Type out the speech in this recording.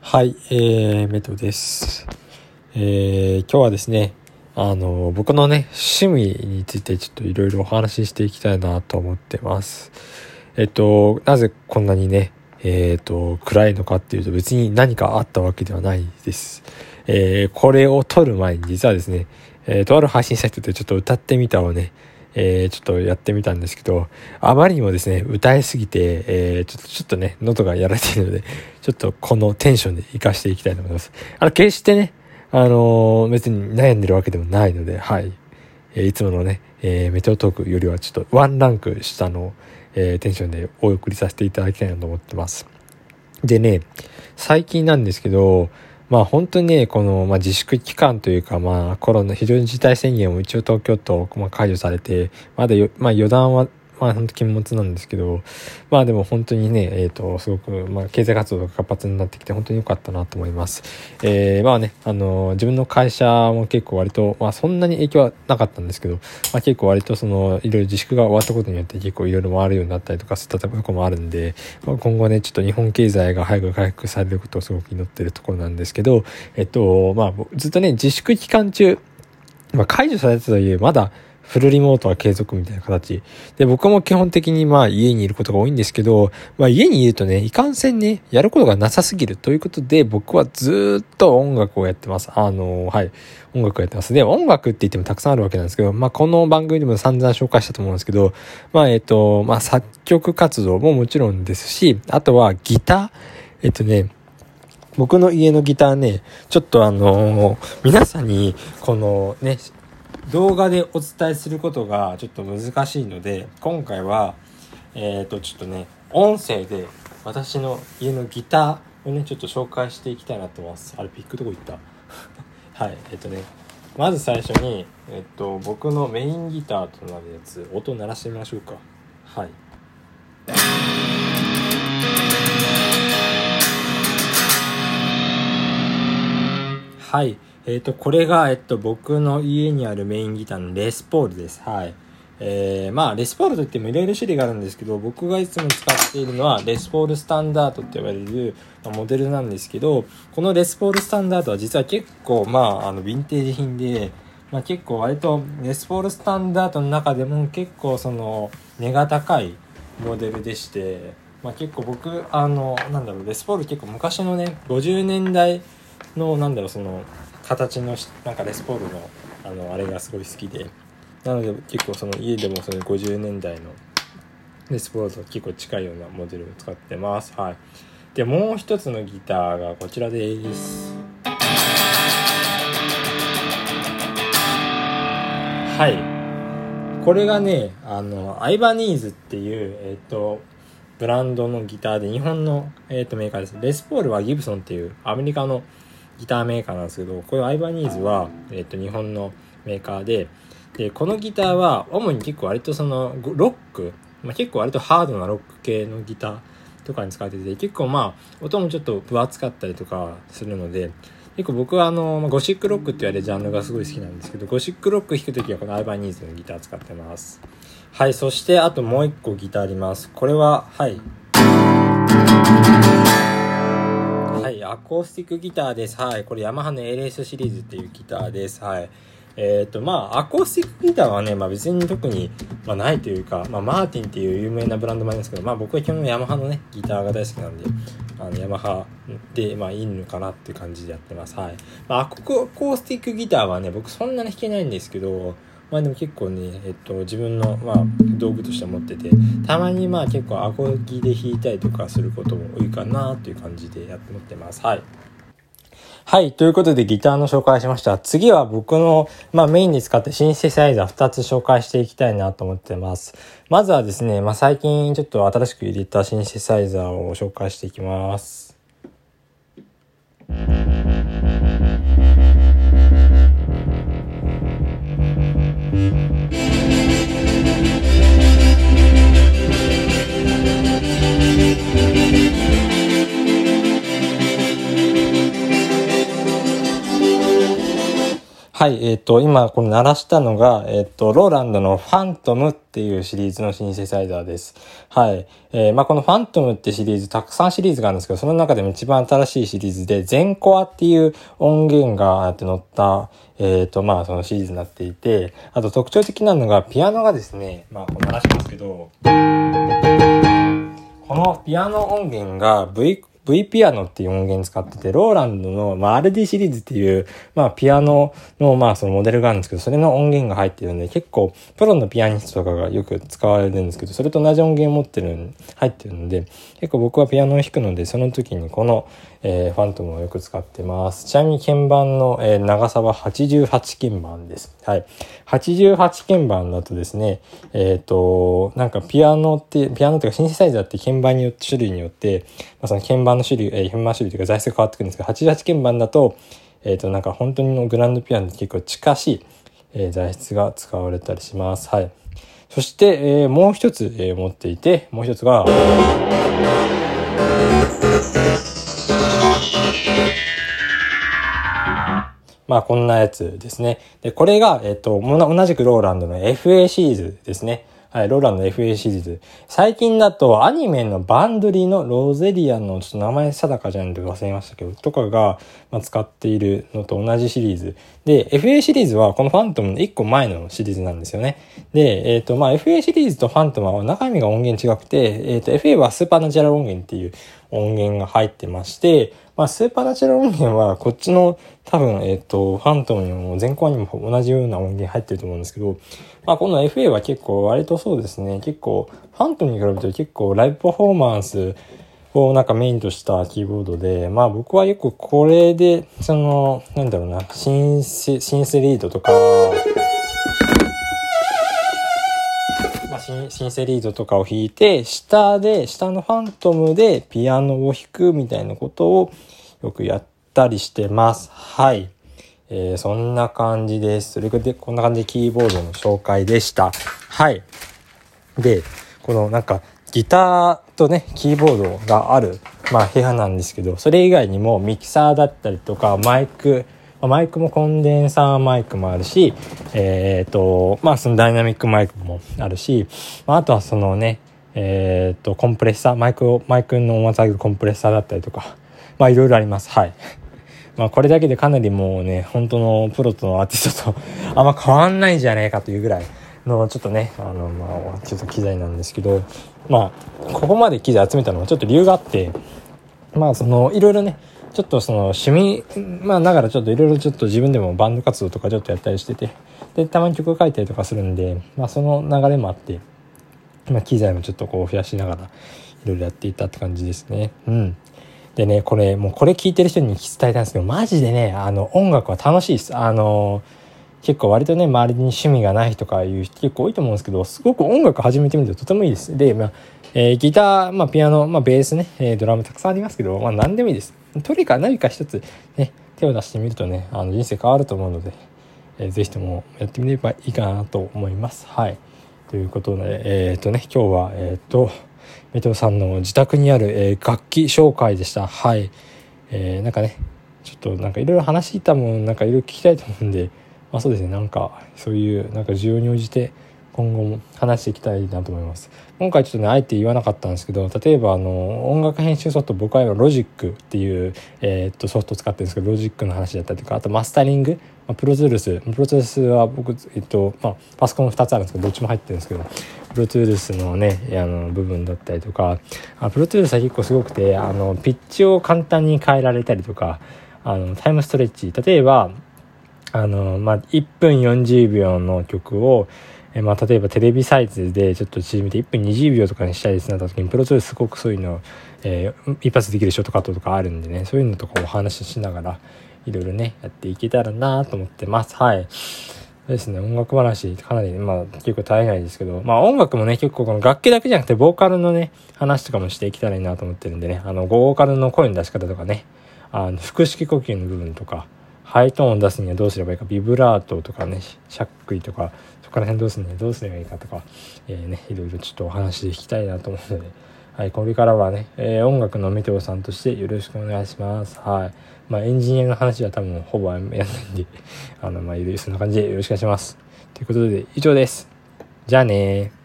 はい、メトです。今日はですね、僕のね、趣味についてちょっといろいろお話ししていきたいなと思ってます。なぜこんなにね、暗いのかっていうと別に何かあったわけではないです。これを撮る前に実はですね、とある配信サイトでちょっと歌ってみたをね、ちょっとやってみたんですけど、あまりにもですね、歌いすぎて、ちょっとね、喉がやられているので、ちょっとこのテンションで活かしていきたいと思います。決してね、別に悩んでるわけでもないので、はい。いつものね、メテオトークよりはちょっとワンランク下の、テンションでお送りさせていただきたいなと思ってます。でね、最近なんですけど、本当にね、この、自粛期間というか、コロナ、非常に事態宣言も一応東京都、解除されて、まだ予断は、本当禁物なんですけど、でも本当にね、すごく、経済活動が活発になってきて、本当に良かったなと思います。自分の会社も結構割と、そんなに影響はなかったんですけど、結構割といろいろ自粛が終わったことによって結構いろいろ回るようになったりとかそういったところもあるんで、今後ね、ちょっと日本経済が早く回復されることをすごく祈っているところなんですけど、ずっとね、自粛期間中、解除されたとはいえ、まだフルリモートは継続みたいな形で、僕も基本的に家にいることが多いんですけど、家にいるとね、いかんせんね、やることがなさすぎるということで、僕はずっと音楽をやってます。音楽をやってます。で、音楽って言ってもたくさんあるわけなんですけど、この番組でも散々紹介したと思うんですけど、作曲活動ももちろんですし、あとはギター、僕の家のギターね、ちょっと皆さんにこのね、動画でお伝えすることがちょっと難しいので、今回はちょっとね、音声で私の家のギターをね、ちょっと紹介していきたいなと思います。あれピックどこ行ったはい、まず最初に僕のメインギターとなるやつ、音を鳴らしてみましょうか。はい。はい。これが、僕の家にあるメインギターのレスポールです。はい。レスポールといってもいろいろ種類があるんですけど、僕がいつも使っているのはレスポールスタンダードって言われる、モデルなんですけど、このレスポールスタンダードは実は結構、ヴィンテージ品で、結構割とレスポールスタンダードの中でも結構値が高いモデルでして、結構僕、レスポール結構昔のね、50年代の形のレスポールのあれがすごい好きで、なので結構家でも50年代のレスポールと結構近いようなモデルを使ってます。はい。で、もう一つのギターがこちらです。はい。これがね、アイバニーズっていうブランドのギターで、日本のメーカーです。レスポールはギブソンっていうアメリカのギターメーカーなんですけど、これアイバニーズは日本のメーカーで、このギターは主に結構割とロック、結構割とハードなロック系のギターとかに使ってて、結構音もちょっと分厚かったりとかするので、結構僕はゴシックロックって言われるジャンルがすごい好きなんですけど、ゴシックロック弾くときはこのアイバニーズのギター使ってます。はい。そしてあともう一個ギターあります。これはアコースティックギターです。はい。これヤマハの LS シリーズっていうギターです。はい。アコースティックギターはね、別に特に、ないというか、マーティンっていう有名なブランドもありますけど、僕は基本ヤマハのね、ギターが大好きなんで、ヤマハで、いいのかなっていう感じでやってます。はい。アコースティックギターはね、僕そんなに弾けないんですけど、でも結構ね、自分の、道具として持ってて、たまに結構アコギで弾いたりとかすることも多いかなっていう感じでやって持ってます。はい。はい。ということでギターの紹介しました。次は僕の、メインに使ってシンセサイザー2つ紹介していきたいなと思ってます。まずはですね、最近ちょっと新しく入れたシンセサイザーを紹介していきます。ははい、今この鳴らしたのが、ローランドのファントムっていうシリーズのシンセサイザーです。はい。このファントムってシリーズ、たくさんシリーズがあるんですけど、その中でも一番新しいシリーズで、全コアっていう音源が載った、そのシリーズになっていて、あと特徴的なのが、ピアノがですね、こう鳴らしますけど、このピアノ音源が V ピアノっていう音源使ってて、ローランドの、RD シリーズっていう、ピアノの、そのモデルがあるんですけど、それの音源が入ってるんで、結構、プロのピアニストとかがよく使われるんですけど、それと同じ音源入ってるので、結構僕はピアノを弾くので、その時にこの、ファントムをよく使ってます。ちなみに鍵盤の、長さは88鍵盤です。はい。88鍵盤だとですね、なんかピアノっていうかシンセサイザーって鍵盤によって種類によって、その鍵盤の種類、鍵盤種類というか材質が変わってくるんですけど、88鍵盤だと、なんか本当にのグランドピアノと結構近しい、材質が使われたりします。はい。そして、もう一つ、持っていて、もう一つが、こんなやつですね。で、これが、同じくローランドの FA シリーズですね。はい、ローランドの FA シリーズ。最近だとアニメのバンドリのローゼリアのちょっと名前定かじゃないので忘れましたけど、とかが、使っているのと同じシリーズ。で、FA シリーズはこのファントムの1個前のシリーズなんですよね。で、FA シリーズとファントムは中身が音源違くて、FA はスーパーナチュラル音源っていう音源が入ってまして、スーパーナチュラル音源はこっちの多分、ファントムにも全コアにも同じような音源入ってると思うんですけど、この FA は結構割とそうですね、結構ファントムに比べて結構ライブパフォーマンスをなんかメインとしたキーボードで、僕はよくこれで、シンセリードとか、シンセリードとかを弾いて、下のファントムでピアノを弾くみたいなことをよくやったりしてます。はい。そんな感じです。それで、こんな感じでキーボードの紹介でした。はい。で、このなんかギターとね、キーボードがある、部屋なんですけど、それ以外にもミキサーだったりとか、マイクもコンデンサーマイクもあるし、そのダイナミックマイクもあるし、あとはそのね、コンプレッサー、マイクの音圧上げるコンプレッサーだったりとか、いろいろあります。はい。これだけでかなりもうね、本当のプロとのアーティストとあんま変わんないんじゃないかというぐらいのちょっとね、ちょっと機材なんですけど、ここまで機材集めたのはちょっと理由があって、いろいろね、ちょっとその趣味、ながらちょっといろいろちょっと自分でもバンド活動とかちょっとやったりしてて、で、たまに曲書いたりとかするんで、その流れもあって、機材もちょっとこう増やしながらいろいろやっていったって感じですね。うん。でね、これ聞いてる人に伝えたいんですけど、マジでね、音楽は楽しいです。結構割とね、周りに趣味がないとかいう人結構多いと思うんですけど、すごく音楽始めてみるととてもいいです。で、ギター、ピアノ、ベースね、ドラムたくさんありますけど、何でもいいです。とにかく何か一つね、手を出してみるとね、人生変わると思うので、ぜひともやってみればいいかなと思います。はい。ということで、今日は、メトさんの自宅にある、楽器紹介でした。はい。なんかね、ちょっとなんかいろいろ話したもん、なんかいろいろ聞きたいと思うんで、そうですね、なんかそういうなんか需要に応じて今後も話していきたいなと思います。今回ちょっとね、あえて言わなかったんですけど、例えば音楽編集ソフト、僕は今ロジックっていう、ソフトを使ってるんですけど、ロジックの話だったりとか、あとマスタリング、プロツールスは僕、パソコン2つあるんですけど、どっちも入ってるんですけど、プロツールスのね、部分だったりとか、プロツールスは結構すごくて、ピッチを簡単に変えられたりとか、タイムストレッチ、例えば、1分40秒の曲を、例えばテレビサイズでちょっと縮めて1分20秒とかにしたりする時に、プロツールスすごくそういうの、一発できるショートカットとかあるんでね、そういうのとかお話ししながらいろいろねやっていけたらなと思ってます。はい。ですね、音楽話かなり結構絶えないですけど、音楽もね結構この楽器だけじゃなくてボーカルのね話とかもしていけたらいいなと思ってるんでね、ボーカルの声の出し方とかね、腹式呼吸の部分とか、ハイトーンを出すにはどうすればいいか、ビブラートとかね、しゃっくりとか、そこら辺どうすればいいかとか、いろいろちょっとお話で聞きたいなと思うので、 はい、これからはね、音楽のメテオさんとしてよろしくお願いします。はい。エンジニアの話は多分ほぼやんないんで、そんな感じでよろしくお願いします。ということで、以上です。じゃあねー。